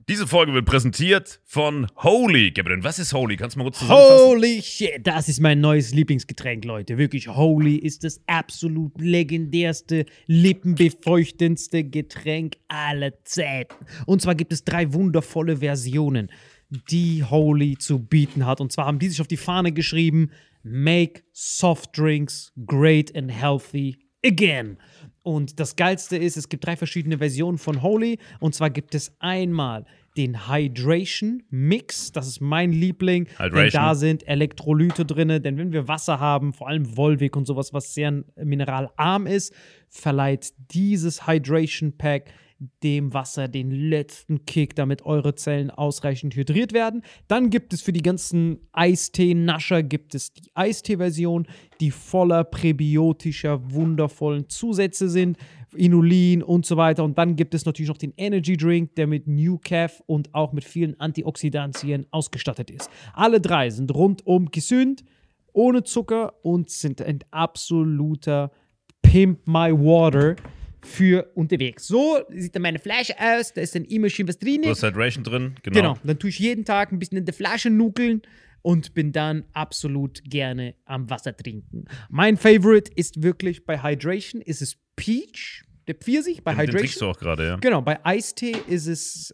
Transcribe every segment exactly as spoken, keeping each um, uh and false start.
Diese Folge wird präsentiert von Holy. Gabriel, was ist Holy? Kannst du mal kurz zusammenfassen? Holy shit, das ist mein neues Lieblingsgetränk, Leute. Wirklich, Holy ist das absolut legendärste, lippenbefeuchtendste Getränk aller Zeiten. Und zwar gibt es drei wundervolle Versionen, die Holy zu bieten hat. Und zwar haben die sich auf die Fahne geschrieben: Make soft drinks great and healthy again. Und das Geilste ist, es gibt drei verschiedene Versionen von Holy. Und zwar gibt es einmal den Hydration Mix. Das ist mein Liebling. Hydration. Denn da sind Elektrolyte drin. Denn wenn wir Wasser haben, vor allem Volvic und sowas, was sehr mineralarm ist, verleiht dieses Hydration Pack dem Wasser den letzten Kick, damit eure Zellen ausreichend hydriert werden. Dann gibt es für die ganzen Eistee-Nascher gibt es die Eistee-Version, die voller präbiotischer, wundervollen Zusätze sind, Inulin und so weiter. Und dann gibt es natürlich noch den Energy Drink, der mit New Caf und auch mit vielen Antioxidantien ausgestattet ist. Alle drei sind rundum gesund, ohne Zucker und sind ein absoluter Pimp My Water für unterwegs. So sieht dann meine Flasche aus, da ist dann immer schön was drin. Du hast Hydration drin, genau. Genau, dann tue ich jeden Tag ein bisschen in der Flasche nuckeln und bin dann absolut gerne am Wasser trinken. Mein Favorite ist wirklich bei Hydration, ist es Peach, der Pfirsich bei Den, Hydration. den trinkst du auch gerade, ja. Genau, bei Eistee ist es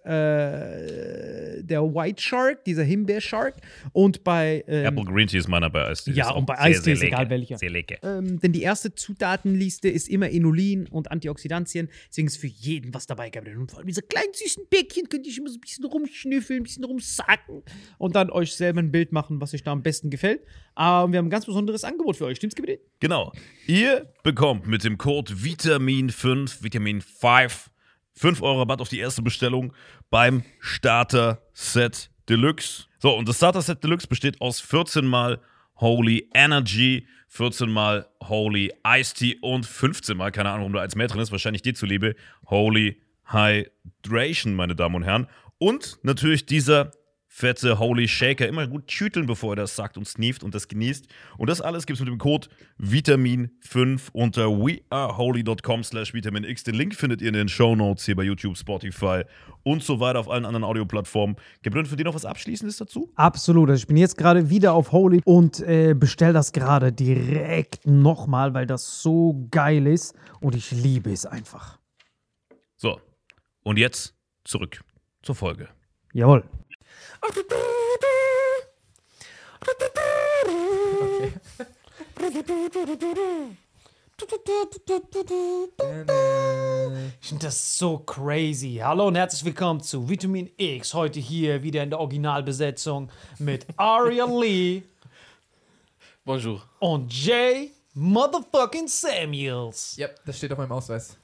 äh, der White Shark, dieser Himbeer-Shark. Und bei ähm, Apple Green Tea ist meiner bei Eistee. Ja, Ist und auch bei sehr, Eistee sehr ist egal lecker. welcher. Sehr lecker. Ähm, denn die erste Zutatenliste ist immer Inulin und Antioxidantien. Deswegen ist für jeden was dabei, Gabriel. Und vor allem diese kleinen süßen Bäckchen könnt ihr immer so ein bisschen rumschnüffeln, ein bisschen rumsacken und dann euch selber ein Bild machen, was euch da am besten gefällt. Aber wir haben ein ganz besonderes Angebot für euch. Stimmt's, Gabriel? Genau. Ihr bekommt mit dem Code Vitamin fünf, Vitamin fünf, fünf Euro Rabatt auf die erste Bestellung beim Starter Set Deluxe. So, und das Starter Set Deluxe besteht aus vierzehn mal Holy Energy, vierzehn mal Holy Iced Tea und fünfzehn mal, keine Ahnung, warum da eins mehr drin ist, wahrscheinlich dir zuliebe, Holy Hydration, meine Damen und Herren. Und natürlich dieser fette Holy Shaker, immer gut schütteln, bevor er das sagt und sneeft und das genießt. Und das alles gibt es mit dem Code Vitamin fünf unter weareholy.com slash vitaminx. Den Link findet ihr in den Shownotes hier bei YouTube, Spotify und so weiter auf allen anderen Audioplattformen. Gabriel, für dich noch was Abschließendes dazu? Absolut. Also ich bin jetzt gerade wieder auf Holy und äh, bestell das gerade direkt nochmal, weil das so geil ist und ich liebe es einfach. So, und jetzt zurück zur Folge. Jawohl. Okay. Ich finde das so crazy. Hallo und herzlich willkommen zu Vitamin X. Heute hier wieder in der Originalbesetzung mit Aria Lee Bonjour. und Jay Motherfucking Samuels. Ja, das steht auf meinem Ausweis.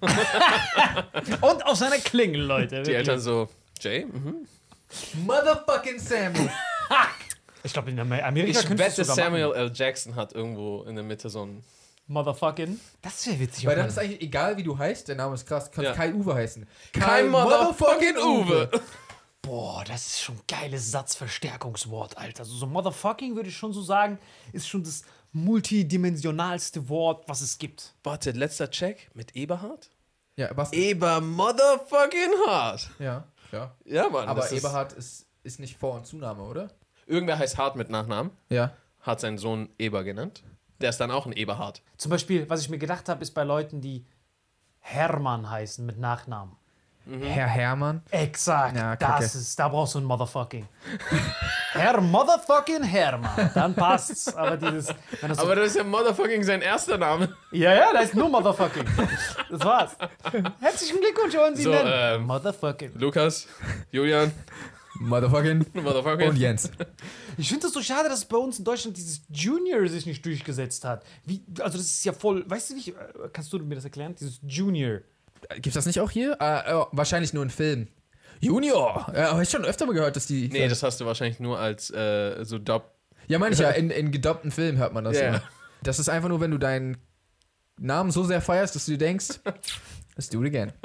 Und auf seiner Klingel, Leute. Die Eltern so, Jay? Mhm. Motherfucking Samuel. Ich glaube, in Amerika Ich könntest du wette, es sogar Samuel machen. L. Jackson hat irgendwo in der Mitte so ein... Motherfucking. Das wäre witzig. Weil ob dann man- ist eigentlich egal, wie du heißt, der Name ist krass, kann Ja. Kai Uwe heißen. Kai Motherfucking Uwe. Boah, das ist schon ein geiles Satzverstärkungswort, Alter. Also so Motherfucking würde ich schon so sagen, ist schon das multidimensionalste Wort, was es gibt. Warte, letzter Check mit Eberhard? Ja, was? Eber Motherfucking Hart. Ja, ja. Ja, Mann. Aber das ist- Eberhard ist, ist nicht Vor- und Zunahme, oder? Irgendwer heißt Hart mit Nachnamen, Ja. hat seinen Sohn Eber genannt. Der ist dann auch ein Eberhard. Zum Beispiel, was ich mir gedacht habe, ist bei Leuten, die Hermann heißen mit Nachnamen. Herr Hermann. Exakt, Ja, kacke. das ist, da brauchst du ein Motherfucking. Herr Motherfucking Hermann, dann passt's. Aber dieses, wenn das so, Aber das ist ja Motherfucking sein erster Name. ja, ja, da ist nur Motherfucking. Das war's. Herzlichen Glückwunsch, wollen Sie So, nennen. ähm, Motherfucking. Lukas, Julian, Motherfucking. Motherfucking. Und Jens. Ich finde das so schade, dass bei uns in Deutschland dieses Junior sich nicht durchgesetzt hat. Wie, also das ist ja voll, weißt du wie, ich- äh, kannst du mir das erklären? Dieses Junior. Gibt's das nicht auch hier? Äh, äh, wahrscheinlich nur in Filmen. Junior! Äh, habe ich schon öfter mal gehört, dass die. Nee, das hast du wahrscheinlich nur als äh, so Dub. Ja, meine ich ja, in, in gedoppten Filmen hört man das Ja. immer. Das ist einfach nur, wenn du deinen Namen so sehr feierst, dass du dir denkst, let's do it again.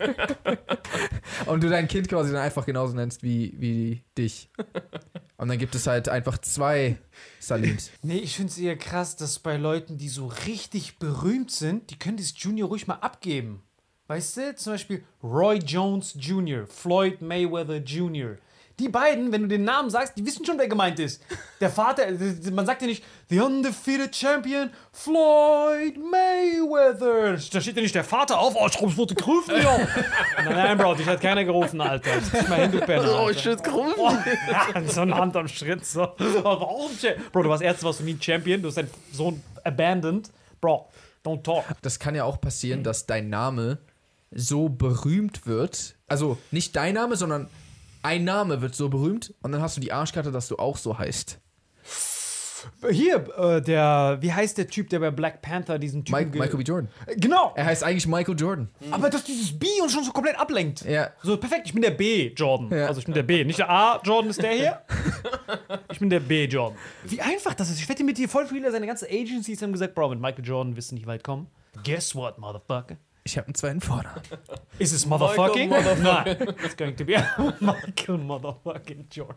Und du dein Kind quasi dann einfach genauso nennst wie, wie dich. Und dann gibt es halt einfach zwei Salims. Nee, ich finde es eher krass, dass bei Leuten, die so richtig berühmt sind, die können dieses Junior ruhig mal abgeben. Weißt du, zum Beispiel Roy Jones Junior, Floyd Mayweather Junior Die beiden, wenn du den Namen sagst, die wissen schon, wer gemeint ist. Der Vater, man sagt ja nicht, the undefeated champion Floyd Mayweather. Da steht ja nicht der Vater auf, oh, ich glaube, es wurde gerufen, ja. Nein, nein, Bro, dich hat keiner gerufen, Alter. Das ist mal hin, du Penner, Oh, ich würde gerufen. Oh, ja, so eine Hand am Schritt, so. Warum? Bro, du warst Ärzte, warst du nie Champion, du hast deinen Sohn abandoned. Bro, don't talk. Das kann ja auch passieren, dass dein Name so berühmt wird. Also nicht dein Name, sondern ein Name wird so berühmt und dann hast du die Arschkarte, dass du auch so heißt. Hier, äh, der, wie heißt der Typ, der bei Black Panther diesen Typen... Mike, Michael B. Jordan. Äh, Genau, Er heißt eigentlich Michael Jordan. aber dass dieses B uns schon so komplett ablenkt. Ja. So, perfekt, ich bin der B Jordan. Ja. Also ich bin der B. Nicht der A Jordan ist der hier. Ich bin der B Jordan. Wie einfach das ist. Ich wette mit dir, voll viele, seine ganze Agencies haben gesagt, Bro, mit Michael Jordan wirst du nicht weit kommen. Guess what, motherfucker? Ich habe einen zweiten Vornamen. Is it motherfucking? Michael Nein. It's going to be Michael motherfucking Jordan.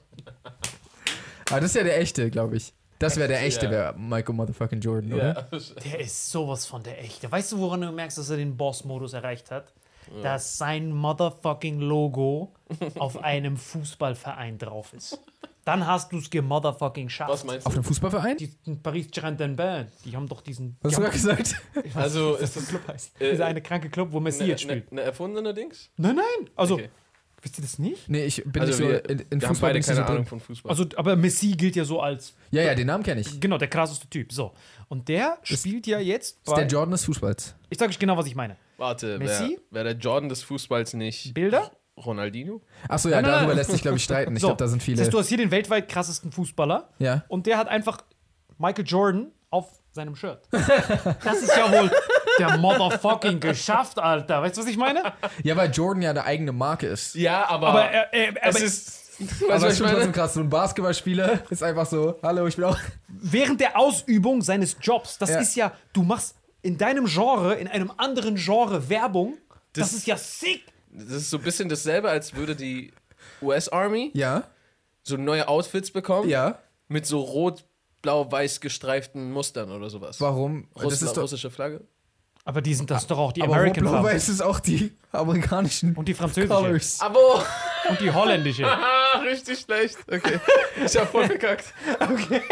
Aber das ist ja der echte, glaube ich. Das wäre der echte, Ja. wäre Michael motherfucking Jordan, oder? Ja. Der ist sowas von der echte. Weißt du, woran du merkst, dass er den Boss-Modus erreicht hat? Dass sein motherfucking Logo auf einem Fußballverein drauf ist. Dann hast du es gemotherfucking schafft. Was meinst Auf du? einem Fußballverein? Die in Paris Saint-Germain, die haben doch diesen. Was die hast du haben, gerade gesagt? Also was ist der das Club heißt. äh, Dieser eine kranke Club, wo Messi eine, jetzt eine, spielt. eine erfundene Dings? Nein, nein. Also, Okay. wisst ihr das nicht? Nee, ich bin Also nicht so wir, in, in wir haben Fußball beide bin ich nicht keine so drin. Ahnung von Fußball. Also, aber Messi gilt ja so als, Ja, ja, den Namen kenne ich. genau, der krasseste Typ. So. Und der spielt ja jetzt Das ist der bei. Jordan des Fußballs. Ich sage euch genau, was ich meine. Warte, Messi? wäre wär der Jordan des Fußballs nicht Bilder? Ronaldinho? Achso, ja, Nein, nein, darüber nein. lässt sich, glaube ich, streiten. Ich So, glaube, da sind viele. Das heißt, du hast hier den weltweit krassesten Fußballer. Ja. Und der hat einfach Michael Jordan auf seinem Shirt. Das ist ja wohl der Motherfucking geschafft, Alter. Weißt du, was ich meine? Ja, weil Jordan ja eine eigene Marke ist. Ja, aber, Aber, er, er, es aber ist. Weißt Aber du, es was ist ich schon trotzdem meine? krass. So ein Basketballspieler ist einfach so, hallo, ich bin auch. während der Ausübung seines Jobs, das Ja. ist ja, du machst in deinem Genre, in einem anderen Genre Werbung. Das, Das- ist ja sick. Das ist so ein bisschen dasselbe, als würde die U S-Army Ja, so neue Outfits bekommen. ja. Mit so rot, blau, weiß gestreiften Mustern oder sowas. Warum? Russland, das ist doch. russische Flagge. Aber die sind das doch auch die Aber American Farben. Rot-Blau-Weiß ist auch die amerikanischen Und die französische. Colors. Aber. Und die holländische. Ah, richtig schlecht. Okay. Ich hab voll verkackt. Okay.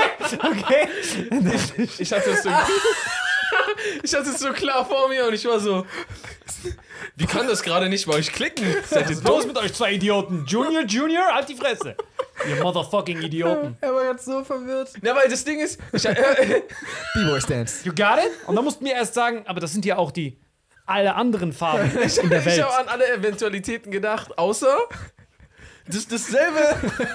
Ich hatte es so. Ich hatte es so klar vor mir und ich war so. Wie kann das gerade nicht bei euch klicken? Seid Was ihr ist los dumm? mit euch zwei Idioten? Junior, Junior, halt die Fresse. Ihr motherfucking Idioten. Er war jetzt so verwirrt. Ja, weil das Ding ist. Ich, äh, B-Boy Stance. You got it? Und dann mussten wir erst sagen, aber das sind ja auch die alle anderen Farben in der ich Welt. habe an alle Eventualitäten gedacht, außer. Das ist dasselbe.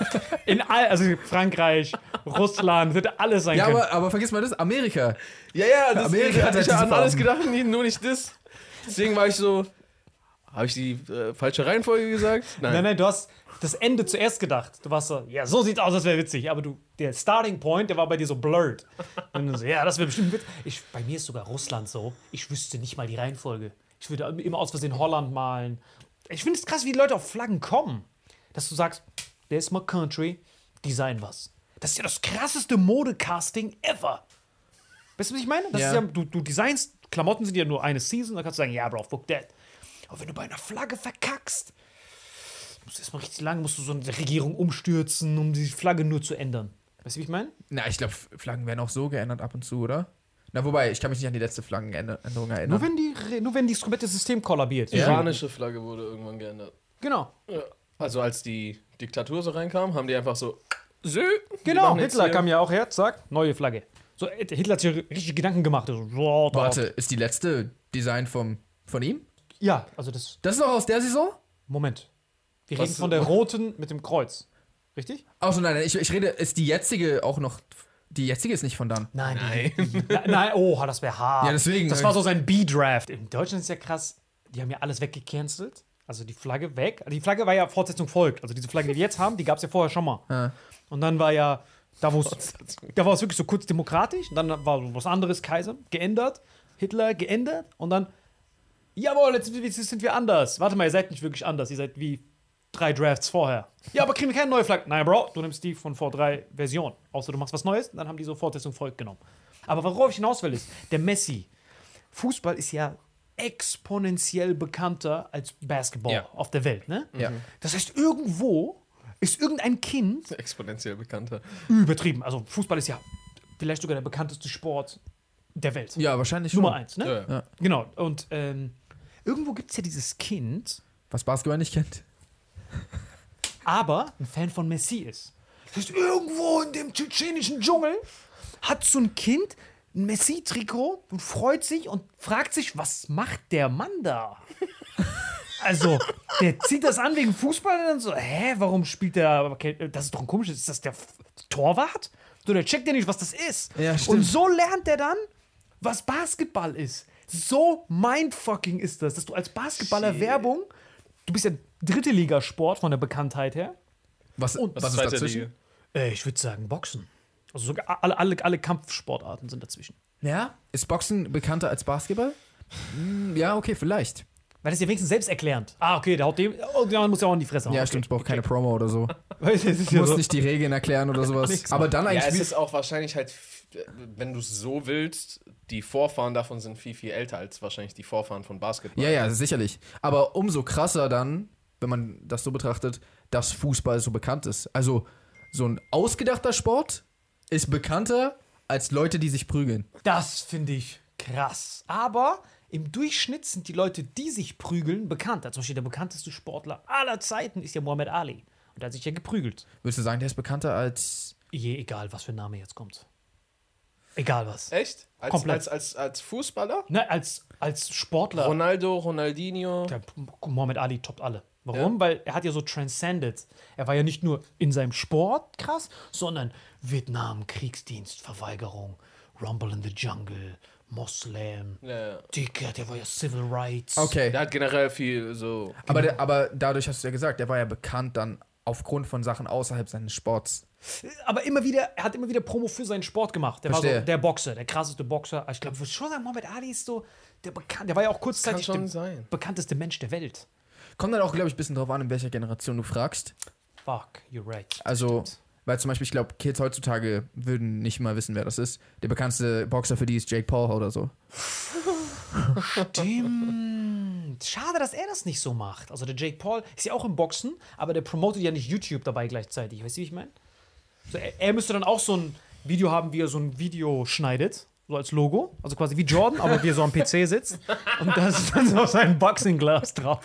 In all, also Frankreich, Russland, wird alles sein Ja, können. aber, aber vergiss mal das, Amerika. Ja, ja, das Amerika ich, hat halt ich habe an diese alles Farben. gedacht, nie- nur nicht das. Deswegen war ich so. Habe ich die äh, falsche Reihenfolge gesagt? Nein, nein, du hast das Ende zuerst gedacht. Du warst so, ja, so sieht's aus, das wäre witzig. Aber du, der Starting Point, der war bei dir so blurred. Und du so, ja, das wäre bestimmt witzig. Ich, bei mir ist sogar Russland so, ich wüsste nicht mal die Reihenfolge. Ich würde immer aus Versehen Holland malen. Ich finde es krass, wie die Leute auf Flaggen kommen. Dass du sagst, there's my country, design was. Das ist ja das krasseste Modecasting ever. Weißt du, was ich meine? Das Ja. ist ja, du, du designst, Klamotten sind ja nur eine Season, da kannst du sagen, ja, Bro, fuck that. Aber wenn du bei einer Flagge verkackst, musst du erstmal richtig lange, musst du so eine Regierung umstürzen, um die Flagge nur zu ändern. Weißt du, wie ich meine? Na, ich glaube, Flaggen werden auch so geändert ab und zu, oder? Na, wobei, ich kann mich nicht an die letzte Flaggenänderung erinnern. Nur wenn, die, Re- nur wenn das komplette System kollabiert. Die iranische Flagge wurde irgendwann geändert. Genau. Ja. Also als die Diktatur so reinkam, haben die einfach so. Sö, wir Genau, machen jetzt Hitler hier- kam ja auch her, zack, neue Flagge. So, äh, Hitler hat sich richtig Gedanken gemacht. So, wow, drauf. Warte, ist die letzte Design vom, von ihm? Ja, also das. Das ist noch aus der Saison? Moment. Wir Was- reden von der roten mit dem Kreuz. Richtig? Achso, nein, nein, ich, ich rede, ist die jetzige auch noch. Die jetzige ist nicht von dann. Nein. Nein, Na, nein oh, das wäre hart. Ja, deswegen- Das war so sein B-Draft. In Deutschland ist ja krass, die haben ja alles weggecancelt. Also die Flagge weg. Die Flagge war ja Fortsetzung folgt. Also diese Flagge, die wir jetzt haben, die gab es ja vorher schon mal. Ja. Und dann war ja, da wo es, da war es wirklich so kurz demokratisch. Und dann war so was anderes, Kaiser, geändert. Hitler geändert. Und dann, jawohl, jetzt, jetzt sind wir anders. Warte mal, ihr seid nicht wirklich anders. Ihr seid wie drei Drafts vorher. Ja, aber kriegen wir keine neue Flagge. Nein, Bro, du nimmst die von vor drei Versionen. Außer du machst was Neues, dann haben die so Fortsetzung folgt genommen. Aber worauf ich hinaus will, ist, der Messi. Fußball ist ja exponentiell bekannter als Basketball Ja. auf der Welt, ne? Ja. Das heißt, irgendwo ist irgendein Kind Exponentiell bekannter. übertrieben. Also Fußball ist ja vielleicht sogar der bekannteste Sport der Welt. Ja, wahrscheinlich Nummer schon. eins, ne? Ja. Ja. Genau. Und ähm, irgendwo gibt es ja dieses Kind, Was Basketball nicht kennt. aber ein Fan von Messi ist. Das heißt, irgendwo in dem tschetschenischen Dschungel hat so ein Kind ein Messi-Trikot und freut sich und fragt sich, was macht der Mann da? Also, der zieht das an wegen Fußball und dann so, hä, warum spielt der, okay, das ist doch ein komisches, ist das der F- Torwart? So, der checkt ja nicht, was das ist. Ja, stimmt. Und so lernt er dann, was Basketball ist. So mindfucking ist das, dass du als Basketballer Shit. Werbung, du bist ja dritte Ligasport von der Bekanntheit her. Was, Und- was ist Zweite dazwischen? Liga. Äh, ich würde sagen Boxen. Also sogar alle, alle, alle Kampfsportarten sind dazwischen. Ja? Ist Boxen bekannter als Basketball? Hm, ja, okay, vielleicht. Weil das ist ja wenigstens selbsterklärend. Ah, okay, der haut dem, oh, der muss ja auch in die Fresse hauen. Ja, okay. stimmt, es braucht keine Promo oder so. Weißt du, es ist Du ja musst so. nicht die Regeln erklären oder sowas. Nix Aber machen. dann Ja, eigentlich. es wie- ist auch wahrscheinlich halt, f- wenn du es so willst, die Vorfahren davon sind viel, viel älter als wahrscheinlich die Vorfahren von Basketball. ja, ja, sicherlich. Aber umso krasser dann, wenn man das so betrachtet, dass Fußball so bekannt ist. Also, so ein ausgedachter Sport ist bekannter als Leute, die sich prügeln. Das finde ich krass. Aber im Durchschnitt sind die Leute, die sich prügeln, bekannter. Zum Beispiel der bekannteste Sportler aller Zeiten ist ja Muhammad Ali. Und der hat sich ja geprügelt. Würdest du sagen, der ist bekannter als. Je, egal, was für ein Name jetzt kommt. Egal was. Echt? Als, Komplett. als, als, als Fußballer? Ne, als, als Sportler. Ronaldo, Ronaldinho. Der Muhammad Ali toppt alle. Warum? Weil er hat ja so transcended. Er war ja nicht nur in seinem Sport krass, sondern Vietnam, Kriegsdienst, Verweigerung, Rumble in the Jungle, Moslem. Ja, ja. Dicker, der war ja Civil Rights. Okay. Der hat generell viel so. Aber, der, aber dadurch hast du ja gesagt, der war ja bekannt dann aufgrund von Sachen außerhalb seines Sports. Aber immer wieder, er hat immer wieder Promo für seinen Sport gemacht. Der war Verstehe. so der Boxer, der krasseste Boxer. Ich glaube, ich würde schon sagen, Muhammad Ali ist so der bekannt. Der war ja auch kurzzeitig Kann schon der sein. bekannteste Mensch der Welt. Kommt dann auch, glaube ich, ein bisschen drauf an, in welcher Generation du fragst. Fuck, you're right. Also, weil zum Beispiel, ich glaube, Kids heutzutage würden nicht mal wissen, wer das ist. Der bekannteste Boxer für die ist Jake Paul oder so. Stimmt. Schade, dass er das nicht so macht. Also der Jake Paul ist ja auch im Boxen, aber der promotet ja nicht YouTube dabei gleichzeitig. Weißt du, wie ich meine? So, er, er müsste dann auch so ein Video haben, wie er so ein Video schneidet. So als Logo. Also quasi wie Jordan, aber wie er so am P C sitzt. Und da ist dann so sein Boxing-Glas drauf.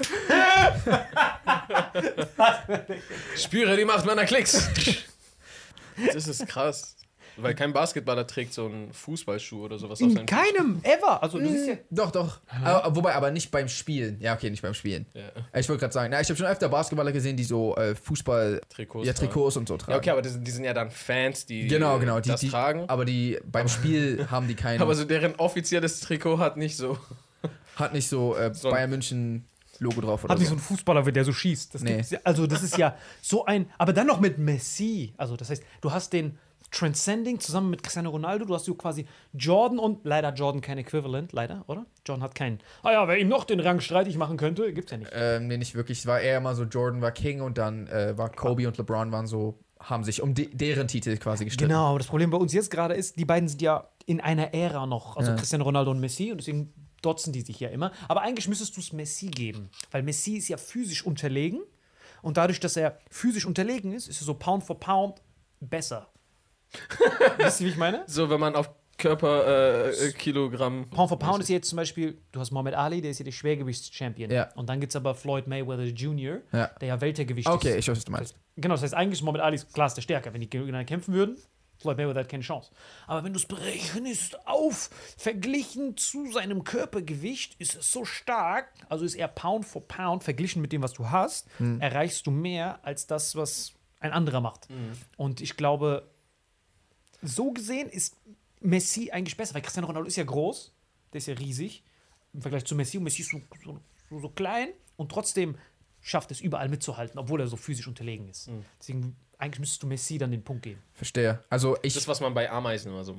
Spüre die Macht meiner Klicks. Das ist krass. Weil kein Basketballer trägt so einen Fußballschuh oder sowas auf In seinen keinem, ever. Also das ist ja... Doch, doch. Aber, wobei, aber nicht beim Spielen. Ja, okay, nicht beim Spielen. Ja. Ich wollte gerade sagen, na, ich habe schon öfter Basketballer gesehen, die so äh, Fußball, Trikots. ja, Trikots und so tragen. Ja, okay, aber die, sind- die sind ja dann Fans, die Genau, genau. Die, das die, tragen. Aber die beim Spiel haben die keine. Aber so deren offizielles Trikot hat nicht so. hat nicht so äh, So ein- Bayern München Logo drauf oder Hat nicht so. so einen Fußballer, der so schießt. Das Nee. gibt's ja, also das ist ja so ein... Aber dann noch mit Messi. Also das heißt, du hast den Transcending zusammen mit Cristiano Ronaldo. Du hast so quasi Jordan und... Leider hat Jordan kein Äquivalent, leider, oder? Jordan hat keinen... Ah ja, wer ihm noch den Rang streitig machen könnte, gibt's ja nicht. Ähm, nee, nicht wirklich. Es war eher mal so, Jordan war King und dann äh, war Kobe und LeBron waren so, haben sich um de deren Titel quasi gestritten. Genau, aber das Problem bei uns jetzt gerade ist, die beiden sind ja in einer Ära noch, also Ja. Cristiano Ronaldo und Messi, und deswegen dotzen die sich ja immer. Aber eigentlich müsstest du es Messi geben, weil Messi ist ja physisch unterlegen und dadurch, dass er physisch unterlegen ist, ist er so Pound for Pound besser. Wisst ihr, wie ich meine? So, wenn man auf Körper äh, äh, Kilogramm. Pound for Pound ist ja jetzt zum Beispiel, du hast Muhammad Ali, der ist ja der Schwergewichts-Champion. Ja. Und dann gibt es aber Floyd Mayweather Junior, Ja. der ja Weltergewicht Okay, ist. ich weiß, was du meinst. Genau, das heißt, eigentlich ist Muhammad Ali klar ist der stärker. Wenn die gegeneinander kämpfen würden, Floyd Mayweather hat keine Chance. Aber wenn du es berechnest auf, verglichen zu seinem Körpergewicht, ist es so stark, also ist er Pound for Pound, verglichen mit dem, was du hast, erreichst du mehr als das, was ein anderer macht. Und ich glaube, so gesehen ist Messi eigentlich besser, weil Cristiano Ronaldo ist ja groß, der ist ja riesig im Vergleich zu Messi. Und Messi ist so, so, so, so klein und trotzdem schafft es überall mitzuhalten, obwohl er so physisch unterlegen ist. Deswegen, eigentlich müsstest du Messi dann den Punkt geben. Verstehe. Also ich. Das, was man bei Ameisen immer so macht.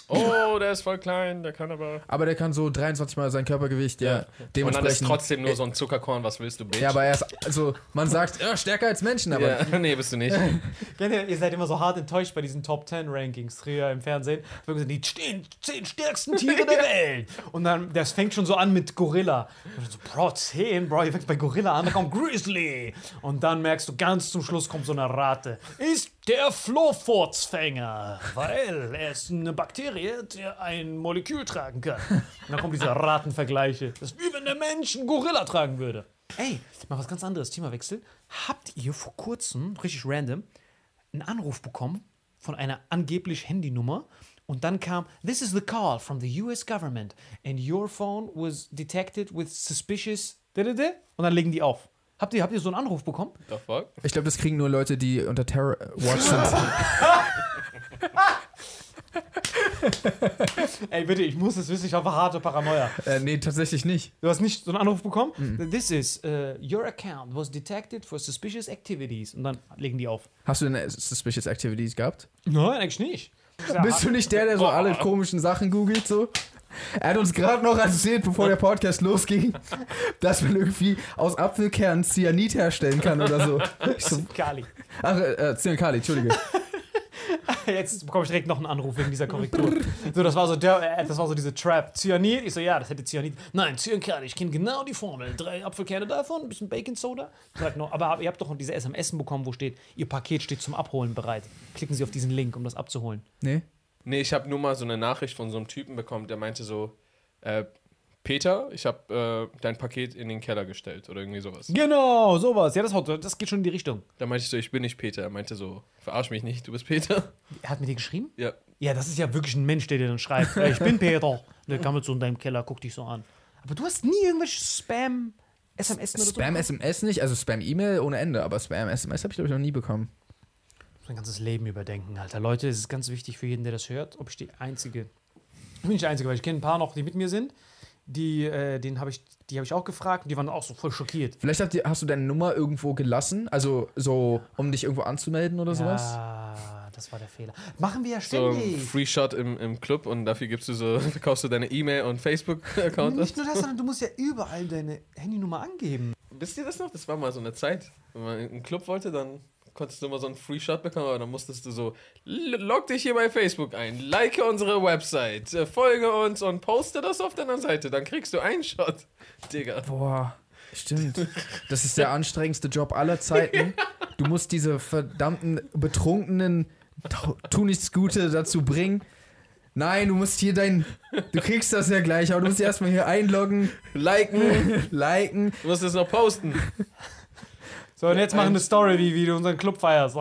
Oh, der ist voll klein, der kann aber... Aber der kann so dreiundzwanzig Mal sein Körpergewicht, ja. Und Dementsprechend. dann ist trotzdem nur so ein Zuckerkorn, was willst du, Bitch? Ja, aber er ist, also man sagt, ja, stärker als Menschen, aber Ja, nee, bist du nicht. Kennt ihr, ihr seid immer so hart enttäuscht bei diesen Top zehn Rankings früher im Fernsehen. Da haben die zehn, zehn stärksten Tiere der Welt. Und dann, das fängt schon so an mit Gorilla. Und so, Bro, zehn, Bro, ihr fängt bei Gorilla an, da kommt Grizzly. Und dann merkst du, ganz zum Schluss kommt so eine Rate. Ist der Flohfurzfänger, weil er ist eine Bakterie, der ein Molekül tragen kann. Und dann kommen diese Ratenvergleiche. Das ist wie wenn der Mensch einen Gorilla tragen würde. Ey, mal was ganz anderes, Themawechsel. Habt ihr vor kurzem, richtig random, einen Anruf bekommen von einer angeblich Handynummer und dann kam, this is the call from the U S government and your phone was detected with suspicious... Und dann legen die auf. Habt ihr, habt ihr so einen Anruf bekommen? The fuck? ich glaube, das kriegen nur Leute, die unter Terror Watch sind. Ey, bitte, ich muss das wissen, ich habe harte Paranoia. äh, nee, tatsächlich nicht. Du hast nicht so einen Anruf bekommen? Mm. This is, uh, your account was detected for suspicious activities. Und dann legen die auf. Hast du denn äh, Suspicious Activities gehabt? Nein, eigentlich nicht. Bist du nicht der, der so alle komischen Sachen googelt, so? Er hat uns gerade noch erzählt, bevor der Podcast losging, dass man irgendwie aus Apfelkernen Cyanid herstellen kann oder so. Ich so Kali. ach, äh, Cyankali, Entschuldige. Jetzt bekomme ich direkt noch einen Anruf wegen dieser Korrektur. So, das war so, der, äh, das war so diese Trap. Cyanid? Ich so, ja, das hätte Cyanid. Nein, Cyankali, ich kenne genau die Formel. Drei Apfelkerne davon, ein bisschen Baking Soda. Ich sag noch, aber ihr habt doch diese S M S bekommen, wo steht, Ihr Paket steht zum Abholen bereit. Klicken Sie auf diesen Link, um das abzuholen. Nee? Nee, ich habe nur mal so eine Nachricht von so einem Typen bekommen, der meinte so, äh, Peter, ich habe äh, dein Paket in den Keller gestellt oder irgendwie sowas. Genau, sowas. Ja, das, das geht schon in die Richtung. Da meinte ich so, ich bin nicht Peter. Er meinte so, verarsch mich nicht, du bist Peter. Er hat mit dir geschrieben? Ja. Ja, das ist ja wirklich ein Mensch, der dir dann schreibt. Äh, ich bin Peter. Der kam jetzt so in deinem Keller, guck dich so an. Aber du hast nie irgendwelche Spam-S M S oder so? Spam-S M S nicht, also Spam-E-Mail ohne Ende, aber Spam-S M S habe ich, glaube ich, noch nie bekommen. Mein ganzes Leben überdenken, Alter. Leute, es ist ganz wichtig für jeden, der das hört, ob ich die Einzige... Ich bin nicht der Einzige, weil ich kenne ein paar noch, die mit mir sind. Die, äh, den habe ich, die habe ich auch gefragt und die waren auch so voll schockiert. Vielleicht habt ihr, hast du deine Nummer irgendwo gelassen, also so, um dich irgendwo anzumelden oder sowas? Ja, das war der Fehler. Machen wir ja So ein ständig. Free Shot im, im Club und dafür gibst du so, kaufst du deine E-Mail und Facebook-Account. Nicht nur das, sondern du musst ja überall deine Handynummer angeben. Wisst ihr das noch? Das war mal so eine Zeit. Wenn man in einen Club wollte, dann konntest du immer so einen Free Shot bekommen, aber dann musstest du so, log dich hier bei Facebook ein, like unsere Website, äh, folge uns und poste das auf deiner Seite, dann kriegst du einen Shot. Digga. Boah, stimmt. Das ist der anstrengendste Job aller Zeiten. Du musst diese verdammten Betrunkenen tu, tu nichts Gute dazu bringen. Nein, du musst hier dein... Du kriegst das ja gleich, aber du musst erstmal hier einloggen, Liken, liken. du musst es noch posten. So, und jetzt machen eine Story, wie, wie du unseren Club feierst.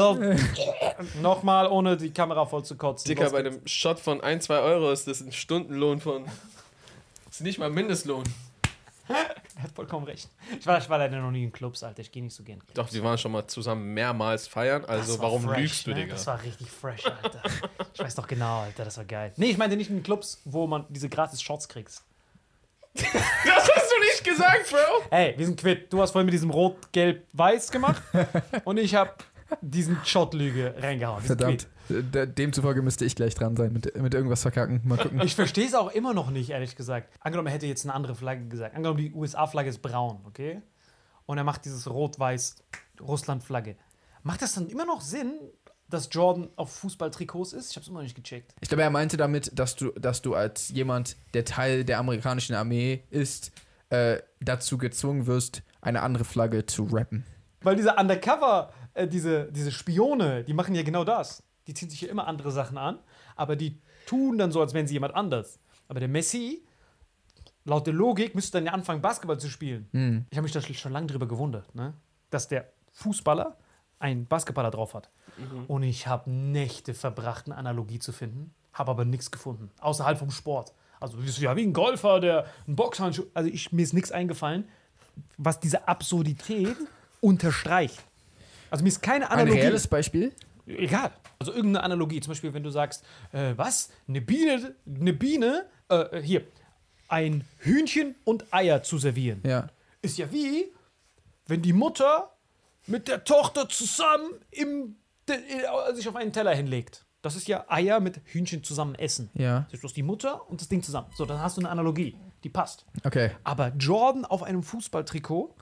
Nochmal, ohne die Kamera voll zu kotzen. Dicker, Los bei geht's. einem Shot von ein, zwei Euro ist das ein Stundenlohn von... Das ist nicht mal Mindestlohn. Er hat vollkommen recht. Ich war, ich war leider noch nie in Clubs, Alter. Ich gehe nicht so gern. Doch, wir waren schon mal zusammen mehrmals feiern, also Das war warum fresh, lügst du, ne? Digga? Das war richtig fresh, Alter. Ich weiß doch genau, Alter, das war geil. Nee, ich meinte nicht in Clubs, wo man diese gratis Shots kriegst. Das hast du nicht gesagt, Bro! Hey, wir sind quitt. Du hast vorhin mit diesem Rot-Gelb-Weiß gemacht und ich habe diesen Shot-Lüge reingehauen. Wir sind Verdammt. D- Demzufolge müsste ich gleich dran sein, mit, mit irgendwas verkacken. Mal gucken. Ich verstehe es auch immer noch nicht, ehrlich gesagt. Angenommen, er hätte jetzt eine andere Flagge gesagt. Angenommen, die U S A-Flagge ist braun, okay? Und er macht dieses Rot-Weiß-Russland-Flagge. Macht das dann immer noch Sinn, dass Jordan auf Fußballtrikots ist? Ich habe es immer noch nicht gecheckt. Ich glaube, er meinte damit, dass du, dass du als jemand, der Teil der amerikanischen Armee ist, äh, dazu gezwungen wirst, eine andere Flagge zu rappen. Weil diese Undercover, äh, diese, diese Spione, die machen ja genau das. Die ziehen sich ja immer andere Sachen an, aber die tun dann so, als wären sie jemand anders. Aber der Messi, laut der Logik, müsste dann ja anfangen, Basketball zu spielen. Hm. Ich habe mich da schon lange drüber gewundert, ne? Dass der Fußballer einen Basketballer drauf hat. Mhm. Und ich habe Nächte verbracht, eine Analogie zu finden, habe aber nichts gefunden, außerhalb vom Sport. Also ja, wie ein Golfer, der einen Boxhandschuh, also ich, mir ist nichts eingefallen, was diese Absurdität unterstreicht. Also mir ist keine Ein Analogie. reelles Beispiel? Egal. Also irgendeine Analogie. Zum Beispiel, wenn du sagst, äh, was? Eine Biene, eine Biene, äh, hier, ein Hühnchen und Eier zu servieren. Ja. Ist ja wie, wenn die Mutter mit der Tochter zusammen im, de, äh, sich auf einen Teller hinlegt. Das ist ja Eier mit Hühnchen zusammen essen. Ja. Du hast die Mutter und das Ding zusammen. So, dann hast du eine Analogie. Die passt. Okay. Aber Jordan auf einem Fußballtrikot,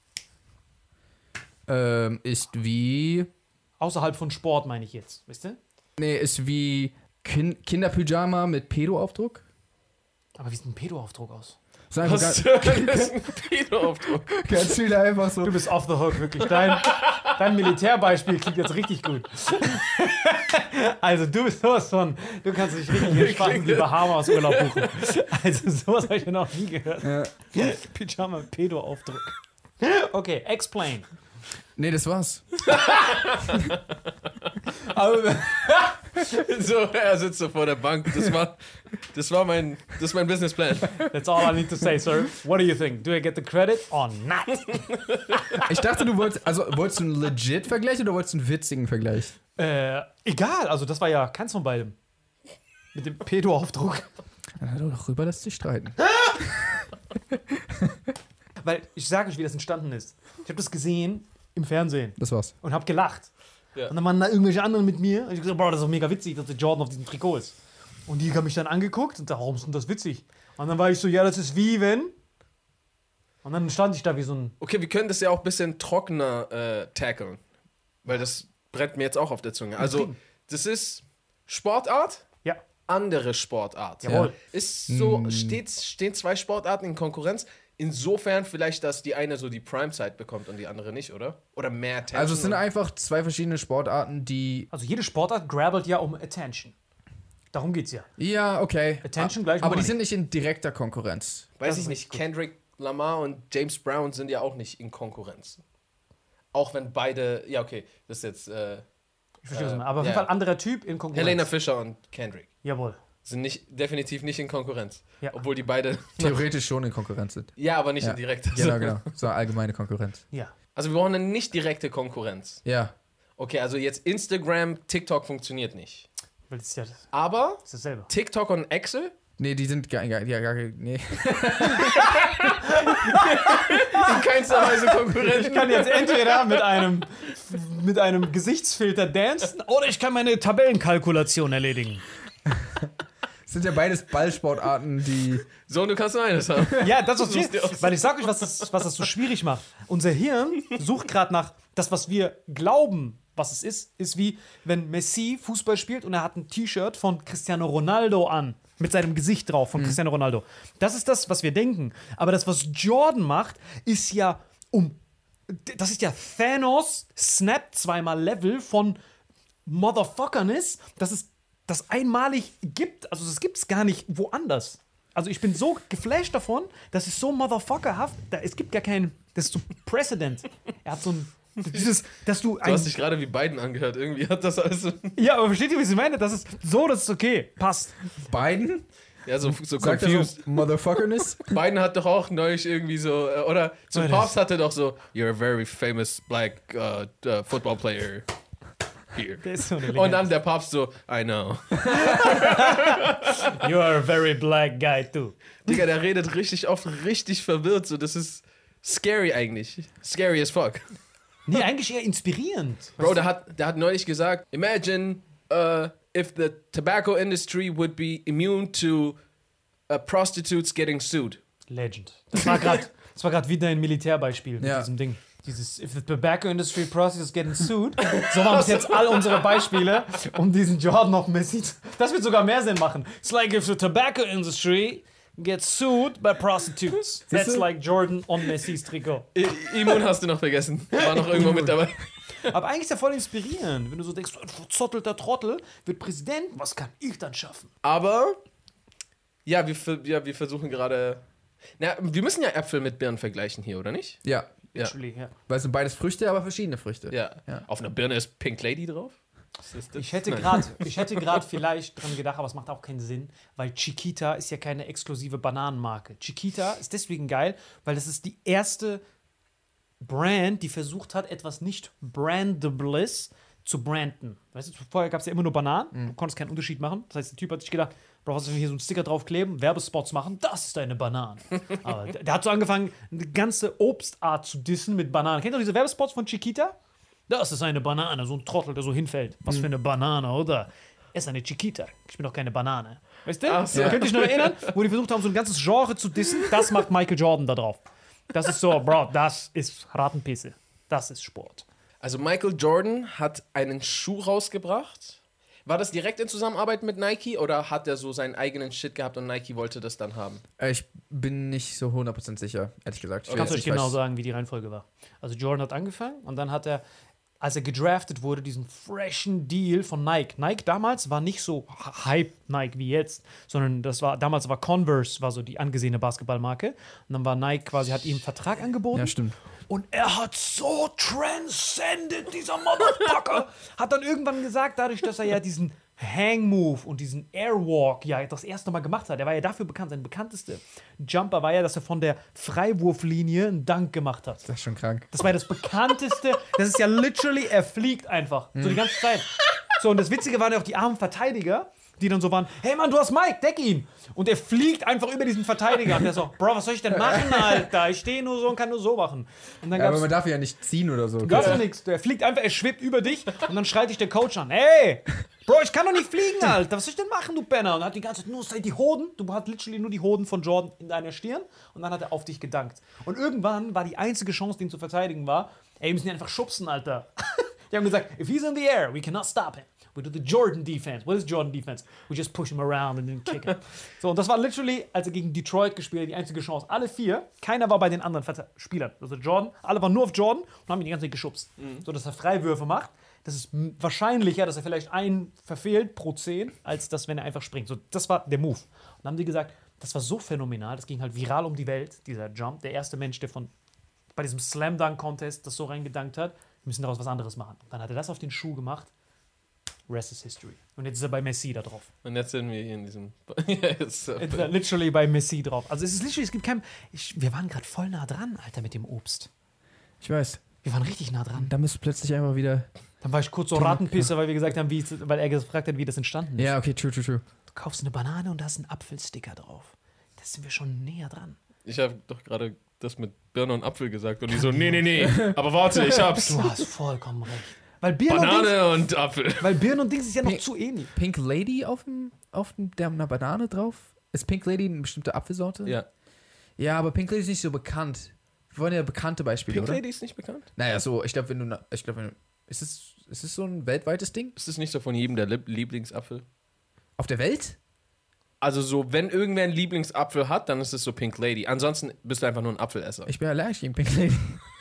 Ähm, ist wie. außerhalb von Sport, meine ich jetzt. Weißt du? Nee, ist wie kin Kinderpyjama mit Pedo-Aufdruck. Aber wie sieht ein Pedo-Aufdruck aus? So einfach Was ganz, ist ein Pedo-Aufdruck? ganz viele einfach so. Du bist off the hook, wirklich. Dein, dein Militärbeispiel klingt jetzt richtig gut. Also, du bist sowas von. Du kannst dich richtig entspannt in die Bahamas Urlaub buchen. Also, sowas habe ich noch nie gehört. Ja. Pyjama Pedo-Aufdruck. Okay, explain. Nee, das war's. Aber, So, er sitzt so vor der Bank. Das war, das war mein, das ist mein Businessplan. that's all I need to say, sir. What do you think? Do I get the credit or not? Ich dachte, du wolltest. Also, wolltest du einen legit Vergleich oder wolltest du einen witzigen Vergleich? Äh, egal, also das war ja keins von beidem. Mit dem Pedo-Aufdruck. Dann doch rüber, lässt sich streiten. Weil ich sage euch, wie das entstanden ist. Ich habe das gesehen im Fernsehen Das war's. und habe gelacht. Ja. Und dann waren da irgendwelche anderen mit mir. Und ich hab gesagt, boah, das ist doch mega witzig, dass der Jordan auf diesem Trikot ist. Und die haben mich dann angeguckt und da, warum ist denn das witzig? Und dann war ich so, ja, das ist wie wenn. Und dann stand ich da wie so ein. Okay, wir können das ja auch ein bisschen trockener äh, tackeln. Weil das brennt mir jetzt auch auf der Zunge. Also, das ist Sportart, Ja, andere Sportart. jawohl. Ist so, steht, stehen zwei Sportarten in Konkurrenz. Insofern vielleicht, dass die eine so die Prime-Zeit bekommt und die andere nicht, oder? Oder mehr Attention. Also, es sind einfach zwei verschiedene Sportarten, die. Also jede Sportart grabbelt ja um Attention. Darum geht's ja. Ja, okay. Attention gleich Aber die Money. sind nicht in direkter Konkurrenz. Weiß das ich ist nicht, gut. Kendrick Lamar und James Brown sind ja auch nicht in Konkurrenz. Auch wenn beide, ja okay, das ist jetzt äh, Ich verstehe, was du äh, meinst. Aber auf jeden ja. Fall anderer Typ in Konkurrenz. Helena Fischer und Kendrick. Jawohl. Sind nicht, definitiv nicht in Konkurrenz. Ja. Obwohl die beide, Theoretisch schon in Konkurrenz sind. ja, aber nicht Ja. in direkt. Genau, genau. So eine allgemeine Konkurrenz. Ja. Also wir brauchen eine nicht direkte Konkurrenz. Ja. Okay, also jetzt Instagram, TikTok funktioniert nicht. Weil das ist ja das Aber ist dasselbe. TikTok und Excel Nee, die sind gar, gar, ja, gar nee. in keinster Weise Konkurrenz. Ich kann jetzt entweder mit einem, mit einem Gesichtsfilter dancen oder ich kann meine Tabellenkalkulation erledigen. Das sind ja beides Ballsportarten, die. So, und du kannst nur eines haben. Ja, das ist Suchst schwierig. dir aus. Weil ich sag euch, was das, was das so schwierig macht. Unser Hirn sucht gerade nach das, was wir glauben, was es ist, ist wie, wenn Messi Fußball spielt und er hat ein T-Shirt von Cristiano Ronaldo an. Mit seinem Gesicht drauf von Cristiano Ronaldo. Das ist das, was wir denken. Aber das, was Jordan macht, ist ja um. Das ist ja Thanos Snap zweimal Level von Motherfuckerness, dass es das einmalig gibt. Also, das gibt es gar nicht woanders. Also, ich bin so geflasht davon, das ist so motherfuckerhaft. Da, es gibt gar keinen. Das ist so Precedent. Er hat so ein. Dieses, dass du Du hast dich gerade wie Biden angehört. Irgendwie hat das alles so. Ja, aber versteht ihr, wie ich meine? Das ist so, das ist okay. Passt. Beiden? Ja, so, so Sagt er confused. so Motherfuckerness? Biden hat doch auch neulich irgendwie so, äh, oder zum Oh, Papst hatte doch so, you're a very famous black uh, uh, football player here. Der ist so eine Und Legende. dann der Papst so, I know. You are a very black guy too. Digga, der redet richtig oft, richtig verwirrt, so, das ist scary eigentlich. Scary as fuck. Nee, eigentlich eher inspirierend. Bro, der hat, der hat neulich gesagt, imagine uh, if the tobacco industry would be immune to uh, prostitutes getting sued. Legend. Das war gerade das war gerade wieder ein Militärbeispiel mit Ja. diesem Ding. Dieses If the tobacco industry prostitutes getting sued. So waren bis jetzt all unsere Beispiele, um diesen Jordan noch Messi zu. Das wird sogar mehr Sinn machen. It's like if the tobacco industry gets sued by prostitutes. That's du? like Jordan on Messis Trikot. I Imun hast du noch vergessen. War noch irgendwo mit dabei. Aber eigentlich ist ja voll inspirierend, wenn du so denkst, so ein verzottelter Trottel wird Präsident, was kann ich dann schaffen? Aber, ja, wir, ver- ja, wir versuchen gerade. Na, wir müssen ja Äpfel mit Birnen vergleichen hier, oder nicht? Ja. Ja. Actually, ja. Weil es sind beides Früchte, aber verschiedene Früchte. Ja. Ja. Auf einer Birne ist Pink Lady drauf. Was ist das? Ich hätte Nein. gerade, ich hätte gerade vielleicht dran gedacht, aber es macht auch keinen Sinn, weil Chiquita ist ja keine exklusive Bananenmarke. Chiquita ist deswegen geil, weil das ist die erste Brand, die versucht hat, etwas nicht Brandables zu branden. Weißt du, vorher gab es ja immer nur Bananen, du konntest keinen Unterschied machen. Das heißt, der Typ hat sich gedacht, Bro, was, wenn wir hier so einen Sticker draufkleben, Werbespots machen, das ist eine Banane. Aber der, der hat so angefangen, eine ganze Obstart zu dissen mit Bananen. Kennt ihr diese Werbespots von Chiquita? Das ist eine Banane, so ein Trottel, der so hinfällt. Was für eine Banane, oder? ist eine Chiquita. Ich bin doch keine Banane. Weißt du? Ach so. Könnt ihr euch noch erinnern, wo die versucht haben, so ein ganzes Genre zu dissen? Das macht Michael Jordan da drauf. Das ist so, Bro, das ist Ratenpisse. Das ist Sport. Also Michael Jordan hat einen Schuh rausgebracht. War das direkt in Zusammenarbeit mit Nike oder hat er so seinen eigenen Shit gehabt und Nike wollte das dann haben? Äh, Ich bin nicht so hundert Prozent sicher, ehrlich gesagt. Ich kann es euch Ich genau weiß- sagen, wie die Reihenfolge war. Also Jordan hat angefangen und dann hat er, als er gedraftet wurde, diesen freshen Deal von Nike. Nike damals war nicht so Hype Nike wie jetzt, sondern das war, damals war Converse, war so die angesehene Basketballmarke. Und dann war Nike quasi, hat ihm einen Vertrag angeboten. Ja, stimmt. Und er hat so transcended, dieser Motherfucker. Hat dann irgendwann gesagt, dadurch, dass er ja diesen Hang-Move und diesen Airwalk ja das erste Mal gemacht hat, er war ja dafür bekannt, sein bekanntester Jumper war ja, dass er von der Freiwurflinie einen Dunk gemacht hat. Das ist schon krank. Das war ja das bekannteste, das ist ja literally, er fliegt einfach, so die ganze Zeit. So, und das Witzige waren ja auch die armen Verteidiger, die dann so waren, hey Mann, du hast Mike, deck ihn. Und er fliegt einfach über diesen Verteidiger. Und der so, Bro, was soll ich denn machen, Alter? Ich stehe nur so und kann nur so machen. Und dann Ja, aber gab's, man darf ja nicht ziehen oder so. gab's ja nichts. Er fliegt einfach, er schwebt über dich und dann schreit dich der Coach an, hey, Bro, ich kann doch nicht fliegen, Alter. Was soll ich denn machen, du Penner? Und er hat die ganze Zeit nur die Hoden, du hast literally nur die Hoden von Jordan in deiner Stirn und dann hat er auf dich gedankt. Und irgendwann war die einzige Chance, den zu verteidigen, war, ey, wir müssen ihn einfach schubsen, Alter. Die haben gesagt, if he's in the air, we cannot stop him. We do the Jordan defense. What is Jordan defense? We just push him around and then kick him. So, und das war literally, als er gegen Detroit gespielt hat, die einzige Chance. Alle vier, keiner war bei den anderen Verte- Spielern. Also Jordan, alle waren nur auf Jordan und haben ihn die ganze Zeit geschubst. So, dass er Freiwürfe macht. Das ist m- wahrscheinlicher, dass er vielleicht einen verfehlt pro zehn, als dass, wenn er einfach springt. So, das war der Move. Und dann haben die gesagt, das war so phänomenal, das ging halt viral um die Welt, dieser Jump. Der erste Mensch, der von bei diesem Slam-Dunk-Contest das so reingedankt hat, wir müssen daraus was anderes machen. Dann hat er das auf den Schuh gemacht. Rest is history. Und jetzt ist er bei Messi da drauf. Und jetzt sind wir hier in diesem. Ja, jetzt, äh, Jetzt ist er literally bei Messi drauf. Also es ist literally, es gibt kein. Ich, wir waren gerade voll nah dran, Alter, mit dem Obst. Ich weiß. Wir waren richtig nah dran. Da müsste plötzlich einfach wieder. Dann war ich kurz so Ratenpisser, weil wir gesagt haben, wie, weil er gefragt hat, wie das entstanden ist. Ja, okay, true, true, true. Du kaufst eine Banane und da ist ein Apfelsticker drauf. Da sind wir schon näher dran. ich habe doch gerade das mit Birne und Apfel gesagt und die so, nee, nee, nee. Aber warte, ich hab's. Du hast vollkommen recht. Weil Birnen und Dings, Banane und Apfel. weil Birnen und Dings ist ja noch Pink- zu ähnlich. Pink Lady auf dem, auf dem, der einer Banane drauf? Ist Pink Lady eine bestimmte Apfelsorte? Ja. Ja, aber Pink Lady ist nicht so bekannt. Wir wollen ja bekannte Beispiele, Pink oder? Lady ist nicht bekannt? Naja, so, ich glaube, wenn du, na- ich glaube, wenn du, ist es, ist es so ein weltweites Ding? Ist es nicht so von jedem der Lieb- Lieblingsapfel? Auf der Welt? Also so, wenn irgendwer einen Lieblingsapfel hat, dann ist es so Pink Lady. Ansonsten bist du einfach nur ein Apfelesser. Ich bin allergisch gegen Pink Lady.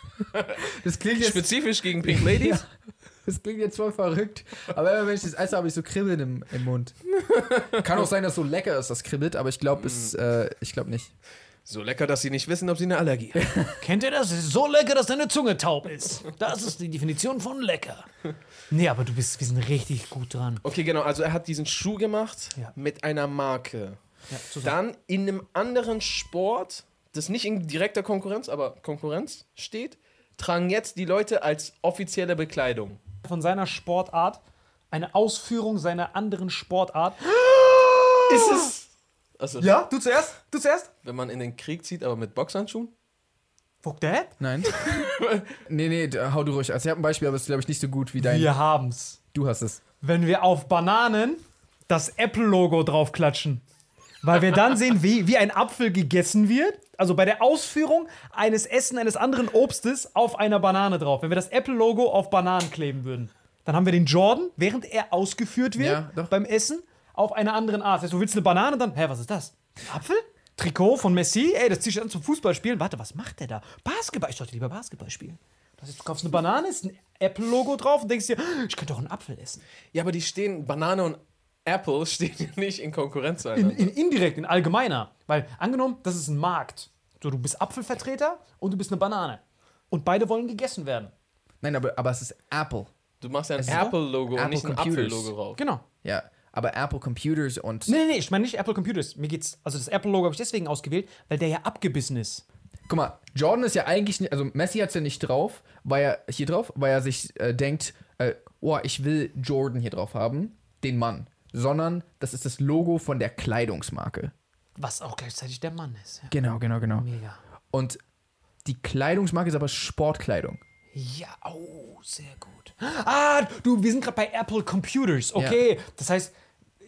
Das klingt jetzt, Spezifisch gegen Pink Ladies? Ja, das klingt jetzt voll verrückt. Aber immer wenn ich das esse, habe ich so Kribbeln im, im Mund. Kann auch sein, dass so lecker ist, das kribbelt, aber ich glaube es, äh, ich glaube nicht. So lecker, dass sie nicht wissen, ob sie eine Allergie haben. Kennt ihr das? Es ist so lecker, dass deine Zunge taub ist. Das ist die Definition von lecker. Nee, aber du bist, wir sind richtig gut dran. Okay, genau. Also er hat diesen Schuh gemacht Ja. mit einer Marke. Ja, zusammen. Dann in einem anderen Sport, das nicht in direkter Konkurrenz, aber Konkurrenz steht, tragen jetzt die Leute als offizielle Bekleidung. Von seiner Sportart eine Ausführung seiner anderen Sportart. Ist es? Also, Ja, du zuerst? Du zuerst? wenn man in den Krieg zieht, aber mit Boxhandschuhen? Fuck that? Nein? nee, nee, da- hau du ruhig. Also ich habe ein Beispiel, aber es ist, glaube ich, nicht so gut wie dein. Wir haben's. Du hast es. Wenn wir auf Bananen das Apple-Logo draufklatschen. Weil wir dann sehen, wie, wie ein Apfel gegessen wird. Also bei der Ausführung eines Essen eines anderen Obstes auf einer Banane drauf. Wenn wir das Apple-Logo auf Bananen kleben würden. Dann haben wir den Jordan, während er ausgeführt wird Ja, doch. beim Essen, auf einer anderen Art. Das heißt, du willst eine Banane, dann, hä, was ist das? Ein Apfel? Trikot von Messi? Ey, das zieh ich an zum Fußballspielen. Warte, was macht der da? Basketball. Ich sollte lieber Basketball spielen. Das heißt, du kaufst eine Banane, ist ein Apple-Logo drauf und denkst dir, ich könnte auch einen Apfel essen. Ja, aber die stehen, Banane und Apple stehen nicht in Konkurrenz In, zueinander. in, indirekt, in allgemeiner. Weil angenommen, das ist ein Markt. So, du bist Apfelvertreter und du bist eine Banane. Und beide wollen gegessen werden. Nein, aber, aber es ist Apple. Du machst ja ein Es ist Apple-Logo und Apple nicht ein Computers. Apfel-Logo drauf. Genau. Ja, aber Apple Computers und. Nee, nee, nee, ich meine nicht Apple Computers. Mir geht's, also das Apple-Logo habe ich deswegen ausgewählt, weil der ja abgebissen ist. Guck mal, Jordan ist ja eigentlich nicht, also Messi hat es ja nicht drauf, weil er hier drauf, weil er sich äh, denkt, äh, oh, ich will Jordan hier drauf haben, den Mann. Sondern das ist das Logo von der Kleidungsmarke. Was auch gleichzeitig der Mann ist. Ja. Genau, genau, genau. Mega. Und die Kleidungsmarke ist aber Sportkleidung. Ja, oh, sehr gut. Ah, du, wir sind gerade bei Apple Computers. Okay, das heißt,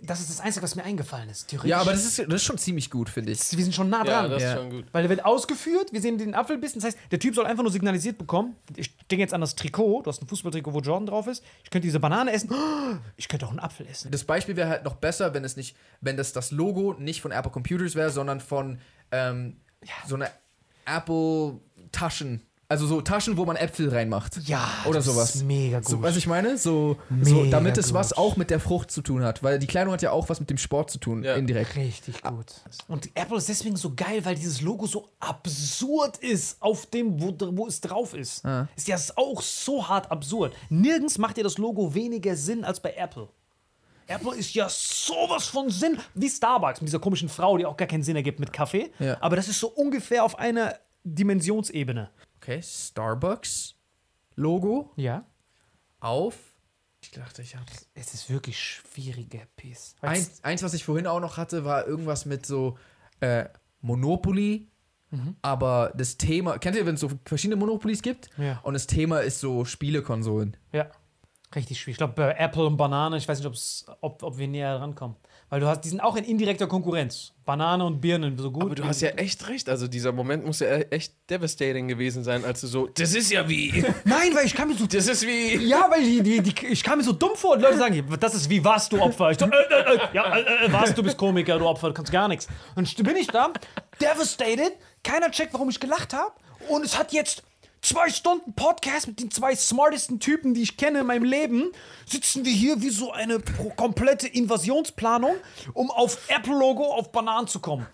das ist das Einzige, was mir eingefallen ist. Theoretisch. Ja, aber das ist, das ist schon ziemlich gut, finde ich. Wir sind schon nah Ja, dran. das ist Ja. schon gut. Weil der wird ausgeführt, wir sehen den Apfelbissen. Das heißt, der Typ soll einfach nur signalisiert bekommen. Ich denke jetzt an das Trikot. Du hast ein Fußballtrikot, wo Jordan drauf ist. Ich könnte diese Banane essen. Oh, ich könnte auch einen Apfel essen. Das Beispiel wäre halt noch besser, wenn es nicht, wenn das das Logo nicht von Apple Computers wäre, sondern von ähm, so einer Apple Taschen. Also so Taschen, wo man Äpfel reinmacht. Ja, Oder das sowas. ist mega gut. So, was ich meine? So, so Mega damit es was gut. auch mit der Frucht zu tun hat. Weil die Kleidung hat ja auch was mit dem Sport zu tun, Ja. indirekt. Richtig gut. Und Apple ist deswegen so geil, weil dieses Logo so absurd ist auf dem, wo, wo es drauf ist. Ist ja auch so hart absurd. Nirgends macht ja das Logo weniger Sinn als bei Apple. Apple ist ja sowas von Sinn, wie Starbucks mit dieser komischen Frau, die auch gar keinen Sinn ergibt mit Kaffee. Ja. Aber das ist so ungefähr auf einer Dimensionsebene. Okay, Starbucks Logo Ja. auf. Ich dachte, ich hab's. Es ist wirklich schwieriger Piss. Eins, eins, was ich vorhin auch noch hatte, war irgendwas mit so äh, Monopoly. Aber das Thema, kennt ihr, wenn es so verschiedene Monopolies gibt? Ja. Und das Thema ist so Spielekonsolen. Ja. Richtig schwierig. Ich glaube, bei Apple und Banane, ich weiß nicht, ob's, ob, ob wir näher rankommen. Weil du hast, die sind auch in indirekter Konkurrenz. Banane und Birnen, so gut. Aber du hast ja echt recht. Also dieser Moment muss ja echt devastating gewesen sein, als du so, das ist ja wie, Nein, weil ich kann mir so. das ist wie. Ja, weil die, die, die, ich kam mir so dumm vor. Und Leute sagen, das ist wie warst du Opfer. Ich so, äh, äh, äh, ja, äh, äh, warst du bist Komiker, du Opfer, du kannst gar nichts. Und bin ich da, devastated, keiner checkt, warum ich gelacht habe. Und es hat jetzt zwei Stunden Podcast mit den zwei smartesten Typen, die ich kenne in meinem Leben. Sitzen wir hier wie so eine pro- komplette Invasionsplanung, um auf Apple-Logo auf Bananen zu kommen.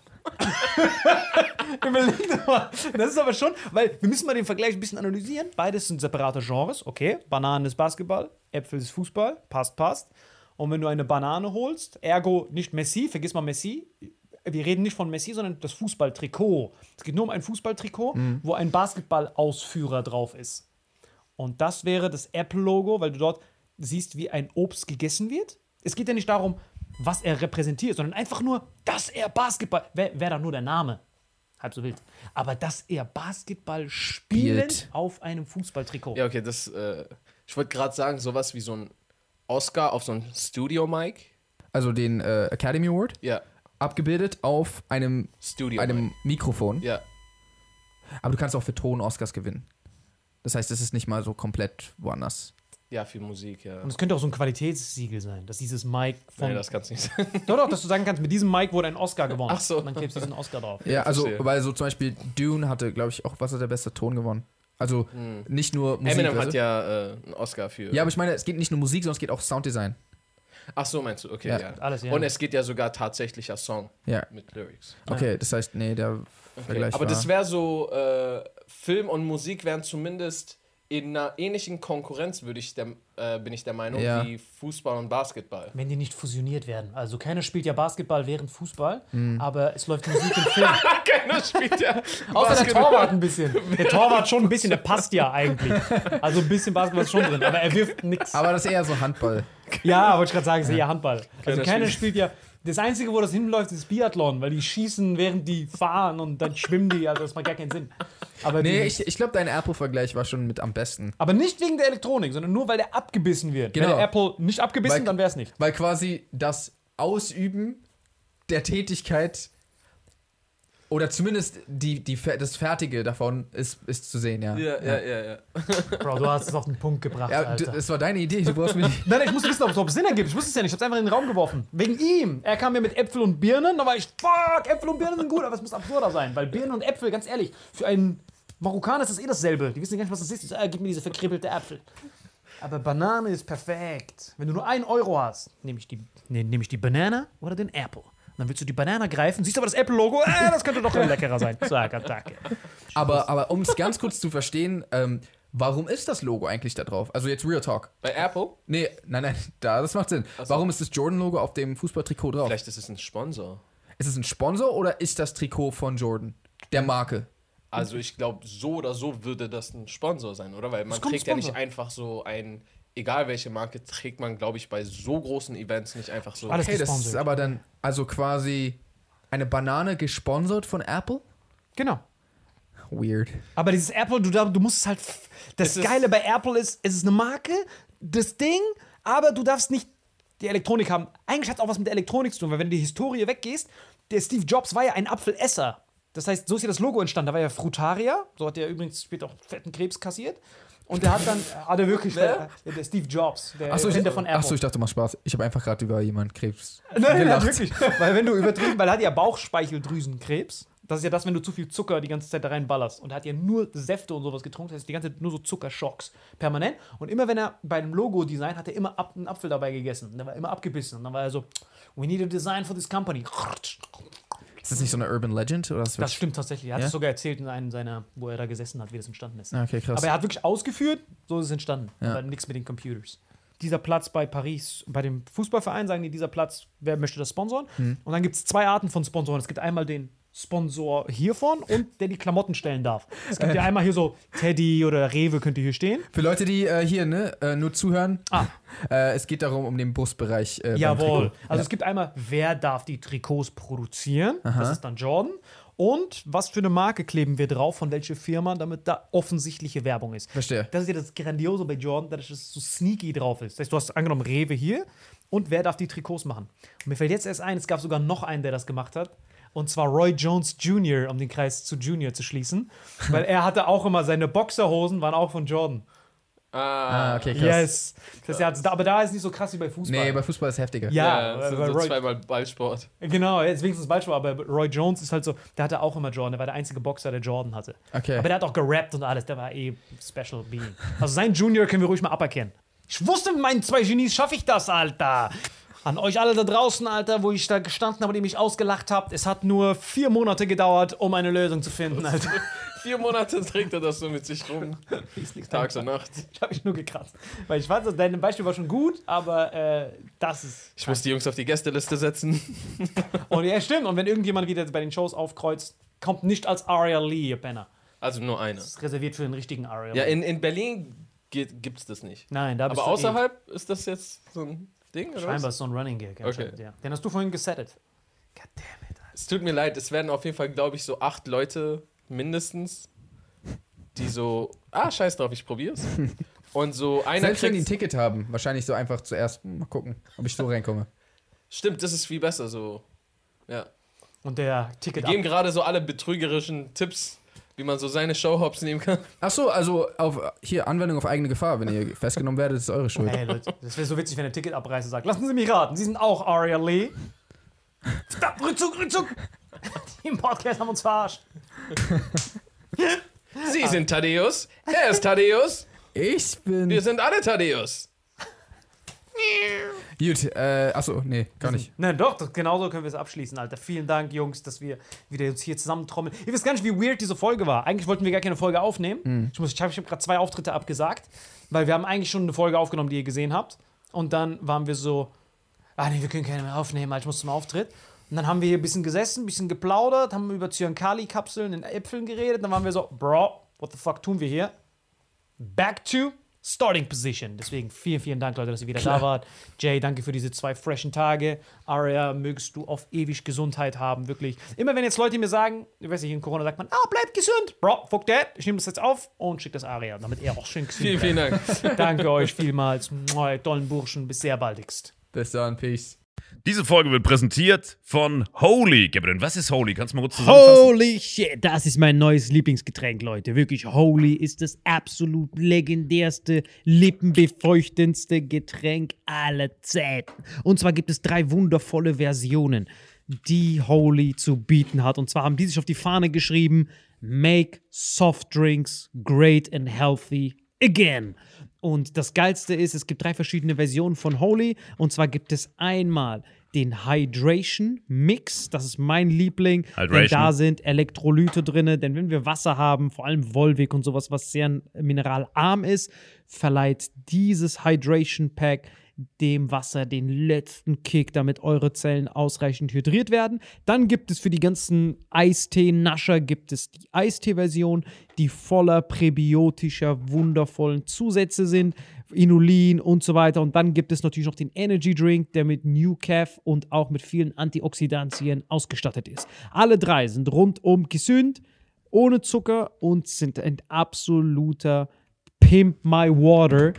Überleg doch mal. Das ist aber schon, weil wir müssen mal den Vergleich ein bisschen analysieren. Beides sind separate Genres. Okay, Bananen ist Basketball, Äpfel ist Fußball. Passt, passt. Und wenn du eine Banane holst, ergo nicht Messi, vergiss mal Messi. Wir reden nicht von Messi, sondern das Fußballtrikot. Es geht nur um ein Fußballtrikot, wo ein Basketballausführer drauf ist. Und das wäre das Apple-Logo, weil du dort siehst, wie ein Obst gegessen wird. Es geht ja nicht darum, was er repräsentiert, sondern einfach nur, dass er Basketball, wäre wär dann nur der Name, halb so wild, aber dass er Basketball spielend Spielt. auf einem Fußballtrikot. Ja, okay, das, äh, ich wollte gerade sagen, sowas wie so ein Oscar auf so ein Studio-Mic. Also den äh, Academy Award. Ja, Abgebildet auf einem, Studio-Mic. einem Mikrofon. Ja, Aber du kannst auch für Ton Oscars gewinnen. Das heißt, es ist nicht mal so komplett woanders. ja, für Musik, ja. Und es könnte auch so ein Qualitätssiegel sein, dass dieses Mic von. Nein, das kannst du nicht sagen. doch, doch, dass du sagen kannst, mit diesem Mic wurde ein Oscar gewonnen. Ach so. Und dann klebst du diesen Oscar drauf. Ja, also, verstehe. weil so zum Beispiel Dune hatte, glaube ich, auch, was hat der beste Ton gewonnen? Also nicht nur Musik. Eminem weißt hat du? ja äh, einen Oscar für. Ja, aber ich meine, es geht nicht nur Musik, sondern es geht auch Sounddesign. Ach so, meinst du? Okay, Ja, ja. alles, ja. Und es geht ja sogar tatsächlicher Song Ja. mit Lyrics. Okay, das heißt, nee, der Vergleich Aber war... das wäre so, äh, Film und Musik wären zumindest in einer ähnlichen Konkurrenz, würde ich der, äh, bin ich der Meinung, Ja. wie Fußball und Basketball. Wenn die nicht fusioniert werden. Also keiner spielt ja Basketball während Fußball, Mhm. aber es läuft Musik im Film. Keiner spielt ja. Außer der Torwart ein bisschen. Der Torwart schon ein bisschen, der passt ja eigentlich. Also ein bisschen Basketball ist schon drin, aber er wirft nichts. Aber das ist eher so Handball. Ja, wollte ich gerade sagen, ist eher Handball. Also Keiner keiner spielt- spielt ja. Das Einzige, wo das hinläuft, ist Biathlon, weil die schießen, während die fahren und dann schwimmen die. Also das macht gar keinen Sinn. Aber, Nee, die, ich, ich glaube, dein Apple-Vergleich war schon mit am besten. aber nicht wegen der Elektronik, sondern nur, weil der abgebissen wird. Genau. Wäre der Apple nicht abgebissen, Weil- dann wäre es nicht. Weil quasi das Ausüben der Tätigkeit oder zumindest die, die, Fer- das Fertige davon ist, ist zu sehen, ja. Ja, ja, ja, ja. Bro, du hast es auf den Punkt gebracht, Ja, d- Alter. das war deine Idee, du brauchst mir die... Nein, nein, ich muss wissen, ob es überhaupt Sinn ergibt. Ich wusste es ja nicht. Ich hab's einfach in den Raum geworfen. Wegen ihm. Er kam mir mit Äpfel und Birnen. Da war ich, fuck, Äpfel und Birnen sind gut, aber es muss absurder sein. Weil Birnen und Äpfel, ganz ehrlich, für einen Marokkaner ist das eh dasselbe. Die wissen gar nicht, was das ist. Die sagen, ah, gib mir diese verkribbelte Äpfel. Aber Banane ist perfekt. Wenn du nur einen Euro hast, nehme ich die, ne, nehm ich die Banane oder den Apple. Und dann willst du die Banane greifen, siehst aber das Apple-Logo, äh, das könnte doch ein leckerer sein. Sag, Attacke. Aber, aber um es ganz kurz zu verstehen, ähm, warum ist das Logo eigentlich da drauf? Also jetzt Real Talk. Bei Apple? Nee, nein, nein, da, das macht Sinn. so. Warum ist das Jordan-Logo auf dem Fußballtrikot drauf? Vielleicht ist es ein Sponsor. Ist es ein Sponsor oder ist das Trikot von Jordan? Der Marke? Also ich glaube, so oder so würde das ein Sponsor sein, oder? Weil man kommt trägt ja nicht Sponsor. einfach so ein, egal welche Marke, trägt man, glaube ich, bei so großen Events nicht einfach so. Alles Okay, das ist gesponsert. aber dann also quasi eine Banane gesponsert von Apple? Genau. Weird. Aber dieses Apple, du, darf- du musst es halt. Das Es ist- Geile bei Apple ist, es ist eine Marke, das Ding, aber du darfst nicht die Elektronik haben. Eigentlich hat es auch was mit der Elektronik zu tun, weil wenn du die Historie weggehst, der Steve Jobs war ja ein Apfelesser. Das heißt, so ist ja das Logo entstanden. Da war ja Frutarier, so hat er übrigens später auch fetten Krebs kassiert. Und der hat dann, hat er wirklich, der, der Steve Jobs, der Achso, ich, Erfinder von Apple. achso, ich dachte, du machst Spaß. Ich habe einfach gerade über jemanden Krebs Nein, gelacht. nein, wirklich. Weil wenn du übertrieben, weil er hat ja Bauchspeicheldrüsenkrebs. Das ist ja das, wenn du zu viel Zucker die ganze Zeit da reinballerst. Und er hat ja nur Säfte und sowas getrunken. Das heißt, die ganze Zeit nur so Zuckerschocks permanent. Und immer wenn er bei einem Logo-Design hat er immer ab, einen Apfel dabei gegessen. Und der war immer abgebissen. Und dann war er so, we need a design for this company. Ist das nicht so eine Urban Legend? Oder ist Das stimmt tatsächlich. Er hat Ja? es sogar erzählt in einem seiner, wo er da gesessen hat, wie das entstanden ist. Ah, okay, krass. Aber er hat wirklich ausgeführt, so ist es entstanden. Ja. Aber nichts mit den Computers. Dieser Platz bei Paris, bei dem Fußballverein, sagen die, dieser Platz, wer möchte das sponsoren? Hm. Und dann gibt es zwei Arten von Sponsoren. Es gibt einmal den Sponsor hiervon und der die Klamotten stellen darf. Es gibt ja einmal hier so Teddy oder Rewe könnt ihr hier stehen. Für Leute, die äh, hier ne, äh, nur zuhören, Ah. äh, es geht darum, um den Busbereich. Äh, beim Jawohl. Trikot. Also ja. es gibt einmal, wer darf die Trikots produzieren? Aha. Das ist dann Jordan. Und was für eine Marke kleben wir drauf, von welcher Firma, damit da offensichtliche Werbung ist. Verstehe. Das ist ja das Grandiose bei Jordan, dass es so sneaky drauf ist. Das heißt, du hast angenommen Rewe hier und wer darf die Trikots machen? Und mir fällt jetzt erst ein, es gab sogar noch einen, der das gemacht hat. Und zwar Roy Jones Junior, um den Kreis zu Junior zu schließen. Weil er hatte auch immer, seine Boxerhosen waren auch von Jordan. Ah, Ah, okay, krass. Yes. Das heißt, aber da ist es nicht so krass wie bei Fußball. Nee, bei Fußball ist es heftiger. Ja, Ja, weil- so, weil so Roy- zweimal Ballsport. Genau, jetzt wenigstens Ballsport, aber Roy Jones ist halt so, der hatte auch immer Jordan, der war der einzige Boxer, der Jordan hatte. Okay. Aber der hat auch gerappt und alles, der war eh Special Being. Also sein Junior können wir ruhig mal aberkennen. Ich wusste, mit meinen zwei Genies schaffe ich das, Alter. An euch alle da draußen, Alter, wo ich da gestanden habe und ihr mich ausgelacht habt, es hat nur vier Monate gedauert, um eine Lösung zu finden, Alter. Vier Monate trägt er das so mit sich rum. Ist nichts Tags dran. und Nacht. Ich habe mich nur gekratzt. Weil ich fand, dein Beispiel war schon gut, aber äh, das ist. Ich muss die Jungs auf die Gästeliste setzen. Und ja, stimmt. Und wenn irgendjemand wieder bei den Shows aufkreuzt, kommt nicht als Aria Lee, ihr Penner. Also nur eine. Das ist reserviert für den richtigen Aria Ja, Lee. in, in Berlin geht, gibt's das nicht. Nein, da bist Aber du außerhalb ist das jetzt so ein Ding, eh, oder scheinbar was? ist so ein Running Gag. anscheinend, Ja. Den hast du vorhin gesettet. God damn it. Es tut mir leid, es werden auf jeden Fall, glaube ich, so acht Leute mindestens, die so, ah, scheiß drauf, ich probier's. Und so einer Selbst wenn die ein kriegt, Ticket haben, wahrscheinlich so einfach zuerst hm, mal gucken, ob ich so reinkomme. stimmt, das ist viel besser so. Ja. Und der Ticket Wir geben gerade so alle betrügerischen Tipps, wie man so seine Showhops nehmen kann. Ach so, also auf, hier Anwendung auf eigene Gefahr. Wenn ihr festgenommen werdet, ist es eure Schuld. Hey Leute, das wäre so witzig, wenn der Ticketabreißer sagt, lassen Sie mich raten, Sie sind auch Aria Lee. Stopp, Rückzug, Rückzug. Die im Podcast haben uns verarscht. Sie sind Thaddeus, er ist Thaddeus, Ich bin. wir sind alle Thaddeus. Gut, äh, achso, nee, gar nicht. Nein, doch, das, genauso können wir es abschließen, Alter. Vielen Dank, Jungs, dass wir wieder uns hier zusammentrommeln. Ihr wisst gar nicht, wie weird diese Folge war. Eigentlich wollten wir gar keine Folge aufnehmen. Ich, muss- ich habe ich hab gerade zwei Auftritte abgesagt, weil wir haben eigentlich schon eine Folge aufgenommen, die ihr gesehen habt. Und dann waren wir so, ah nee, wir können keine mehr aufnehmen, Alter, ich muss zum Auftritt. Und dann haben wir hier ein bisschen gesessen, ein bisschen geplaudert, haben über Zyankali-Kapseln in Äpfeln geredet. Dann waren wir so, Bro, what the fuck tun wir hier? Back to Starting Position. Deswegen vielen, vielen Dank, Leute, dass ihr wieder da wart. Jay, danke für diese zwei freshen Tage. Aria, mögest du auf ewig Gesundheit haben, wirklich. Immer wenn jetzt Leute mir sagen, ich weiß nicht, in Corona sagt man, ah, bleib gesund. Bro, fuck that. Ich nehme das jetzt auf und schicke das Aria, damit er auch schön gesund Vielen, vielen bleibt. Dank. Danke euch vielmals. Moi, tollen Burschen. Bis sehr baldigst. Bis dann, peace. Diese Folge wird präsentiert von Holy. Gabriel, was ist Holy? Kannst du mal kurz zusammenfassen? Holy shit, das ist mein neues Lieblingsgetränk, Leute. Wirklich, Holy ist das absolut legendärste, lippenbefeuchtendste Getränk aller Zeiten. Und zwar gibt es drei wundervolle Versionen, die Holy zu bieten hat. Und zwar haben die sich auf die Fahne geschrieben, Make Soft Drinks Great and Healthy Again. Und das Geilste ist, es gibt drei verschiedene Versionen von Holy. Und zwar gibt es einmal den Hydration Mix. Das ist mein Liebling. Denn Hydration. da sind Elektrolyte drin. Denn wenn wir Wasser haben, vor allem Volvic und sowas, was sehr mineralarm ist, verleiht dieses Hydration Pack dem Wasser den letzten Kick, damit eure Zellen ausreichend hydriert werden. Dann gibt es für die ganzen Eistee-Nascher gibt es die Eistee-Version, die voller präbiotischer, wundervollen Zusätze sind, Inulin und so weiter. Und dann gibt es natürlich noch den Energy Drink, der mit New Caf und auch mit vielen Antioxidantien ausgestattet ist. Alle drei sind rundum gesund, ohne Zucker und sind ein absoluter Pimp My Water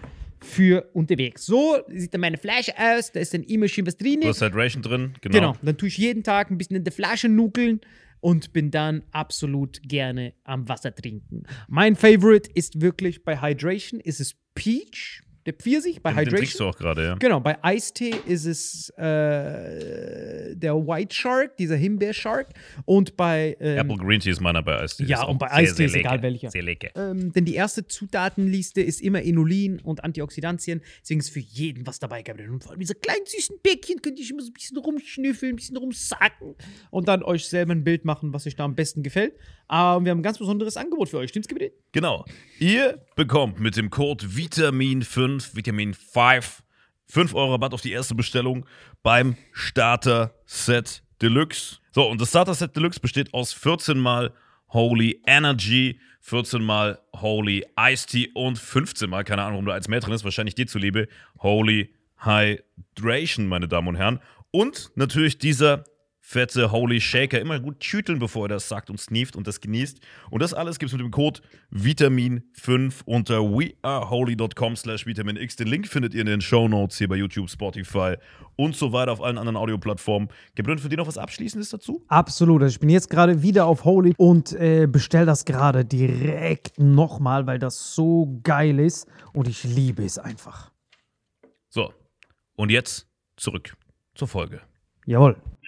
für unterwegs. So sieht dann meine Flasche aus, da ist dann immer schön was drin. Du hast Hydration drin, genau. Genau, dann tue ich jeden Tag ein bisschen in der Flasche nuckeln und bin dann absolut gerne am Wasser trinken. Mein Favorite ist wirklich bei Hydration, ist es Peach, der Pfirsich bei Den, den trinkst Hydration. du auch gerade, ja. Genau, bei Eistee ist es äh, der White Shark, dieser Himbeer-Shark. Und bei ähm, Apple Green Tea ist meiner bei Eistee. Ja, Ist und auch bei sehr, Eistee sehr ist egal lecker. welcher. Sehr lecker. Ähm, denn die erste Zutatenliste ist immer Inulin und Antioxidantien. Deswegen ist für jeden was dabei, Gabriel. Und vor allem diese kleinen süßen Bäckchen könnt ihr immer so ein bisschen rumschnüffeln, ein bisschen rumsacken und dann euch selber ein Bild machen, was euch da am besten gefällt. Aber wir haben ein ganz besonderes Angebot für euch. Stimmt's, Gabriel? Genau. Ihr bekommt mit dem Code Vitamin fünf, Vitamin fünf, fünf Euro Rabatt auf die erste Bestellung beim Starter Set Deluxe. So, und das Starter Set Deluxe besteht aus vierzehn mal Holy Energy, vierzehn mal Holy Iced Tea und fünfzehn mal, keine Ahnung, warum da eins mehr drin ist, wahrscheinlich dir zuliebe, Holy Hydration, meine Damen und Herren. Und natürlich dieser fette Holy Shaker. Immer gut tüteln, bevor ihr das sagt und sneeft und das genießt. Und das alles gibt es mit dem Code Vitamin fünf unter weareholy.com slash vitaminx. Den Link findet ihr in den Shownotes hier bei YouTube, Spotify und so weiter auf allen anderen Audioplattformen. Gabriel, für dich noch was Abschließendes dazu? Absolut. Also ich bin jetzt gerade wieder auf Holy und äh, bestell das gerade direkt nochmal, weil das so geil ist und ich liebe es einfach. So, und jetzt zurück zur Folge. Jawohl.